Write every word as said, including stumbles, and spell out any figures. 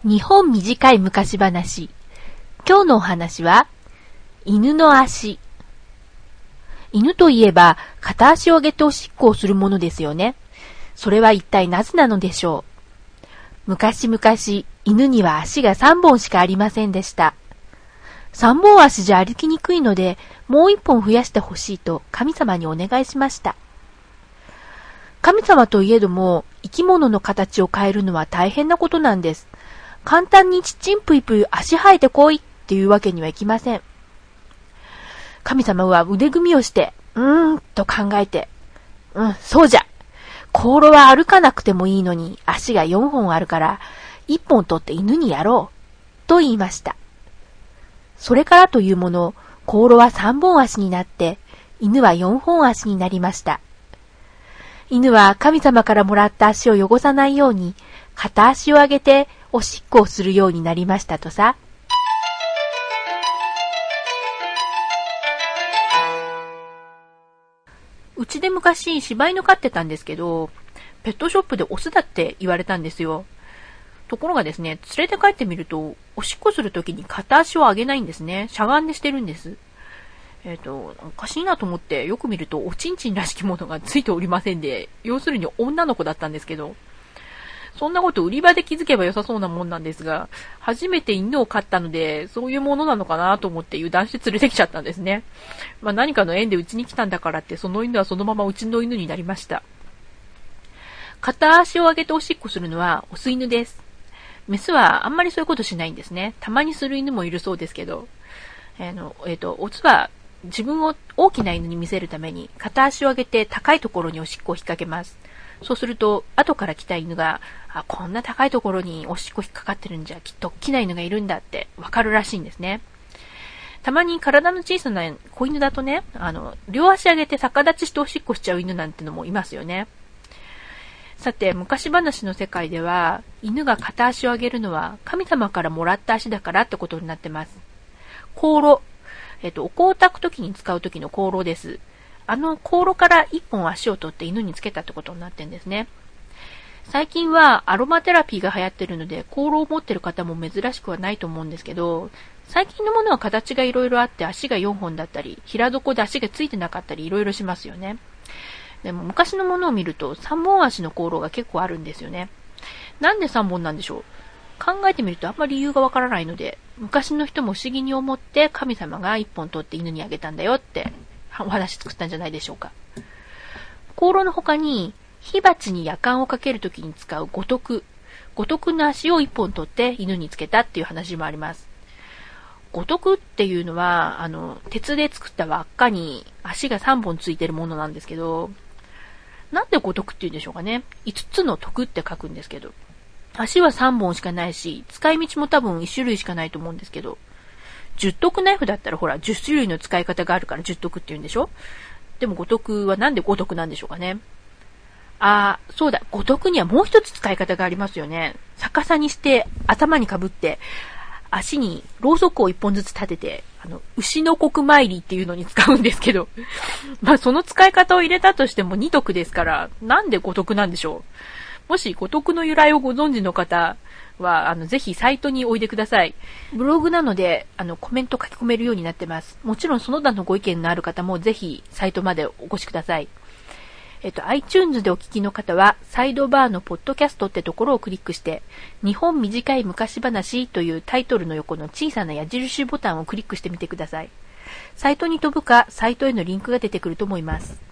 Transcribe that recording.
日本短い昔話。今日のお話は、犬の足。犬といえば、片足を上げておしっこをするものですよね。それは一体なぜなのでしょう。昔々、犬には足がさんぼんしかありませんでした。三本足じゃ歩きにくいので、もう一本増やしてほしいと神様にお願いしました。神様といえども、生き物の形を変えるのは大変なことなんです。簡単にちっちんぷいぷい足生えてこいっていうわけにはいきません。神様は腕組みをして、うーんと考えて、うん、そうじゃ。甲羅は歩かなくてもいいのに足がよんほんあるから、いっぽん取って犬にやろう、と言いました。それからというもの、甲羅はさんぼん足になって、犬はよんほん足になりました。犬は神様からもらった足を汚さないように、片足を上げておしっこをするようになりましたとさ。うちで昔柴犬飼ってたんですけど、ペットショップでオスだって言われたんですよ。ところがですね、連れて帰ってみると、おしっこするときに片足を上げないんですね。しゃがんでしてるんです。えっと、おかしいなと思って、よく見るとおちんちんらしきものがついておりませんで、要するに女の子だったんですけど、そんなこと売り場で気づけば良さそうなもんなんですが、初めて犬を飼ったので、そういうものなのかなと思って油断して連れてきちゃったんですね。まあ何かの縁でうちに来たんだからって、その犬はそのままうちの犬になりました。片足を上げておしっこするのはオス犬です。メスはあんまりそういうことしないんですね。たまにする犬もいるそうですけど、あの、えっと、オスは自分を大きな犬に見せるために片足を上げて高いところにおしっこを引っ掛けます。そうすると、後から来た犬が、あ、こんな高いところにおしっこ引っかかってるんじゃ、きっと大きな犬がいるんだってわかるらしいんですね。たまに体の小さな子犬だとね、あの、両足上げて逆立ちしておしっこしちゃう犬なんてのもいますよね。さて、昔話の世界では、犬が片足を上げるのは神様からもらった足だからってことになってます。甲羅。えっと、お香を炊くときに使うときの香炉です。あの香炉から一本足を取って犬につけたってことになってるんですね。最近はアロマテラピーが流行ってるので、香炉を持ってる方も珍しくはないと思うんですけど、最近のものは形がいろいろあって足がよんほんだったり、平底で足がついてなかったりいろいろしますよね。でも昔のものを見るとさんぼん足の香炉が結構あるんですよね。なんでさんぼんなんでしょう。考えてみるとあんまり理由がわからないので、昔の人も不思議に思って神様がいっぽん取って犬にあげたんだよってお話作ったんじゃないでしょうか。香炉の他に火鉢にやかんをかけるときに使う五徳。五徳の足をいっぽん取って犬につけたっていう話もあります。五徳っていうのは、あの、鉄で作った輪っかに足がさんぼんついてるものなんですけど、なんで五徳っていうんでしょうかね。いつつの徳って書くんですけど。足はさんぼんしかないし、使い道も多分いち種類しかないと思うんですけど、じゅっ徳ナイフだったらほら、じゅっ種類の使い方があるからじゅっ徳って言うんでしょ。でも五徳はなんで五徳なんでしょうかね。あー、そうだ、五徳にはもう一つ使い方がありますよね。逆さにして、頭にかぶって、足にろうそくを一本ずつ立てて、あの、牛の国参りっていうのに使うんですけど、まあその使い方を入れたとしてもに徳ですから、なんで五徳なんでしょう。もし五徳の由来をご存知の方は、あの、ぜひサイトにおいでください。ブログなので、あの、コメント書き込めるようになってます。もちろんその他のご意見のある方もぜひサイトまでお越しください。えっと、iTunes でお聞きの方は、サイドバーのポッドキャストってところをクリックして、日本短い昔話というタイトルの横の小さな矢印ボタンをクリックしてみてください。サイトに飛ぶか、サイトへのリンクが出てくると思います。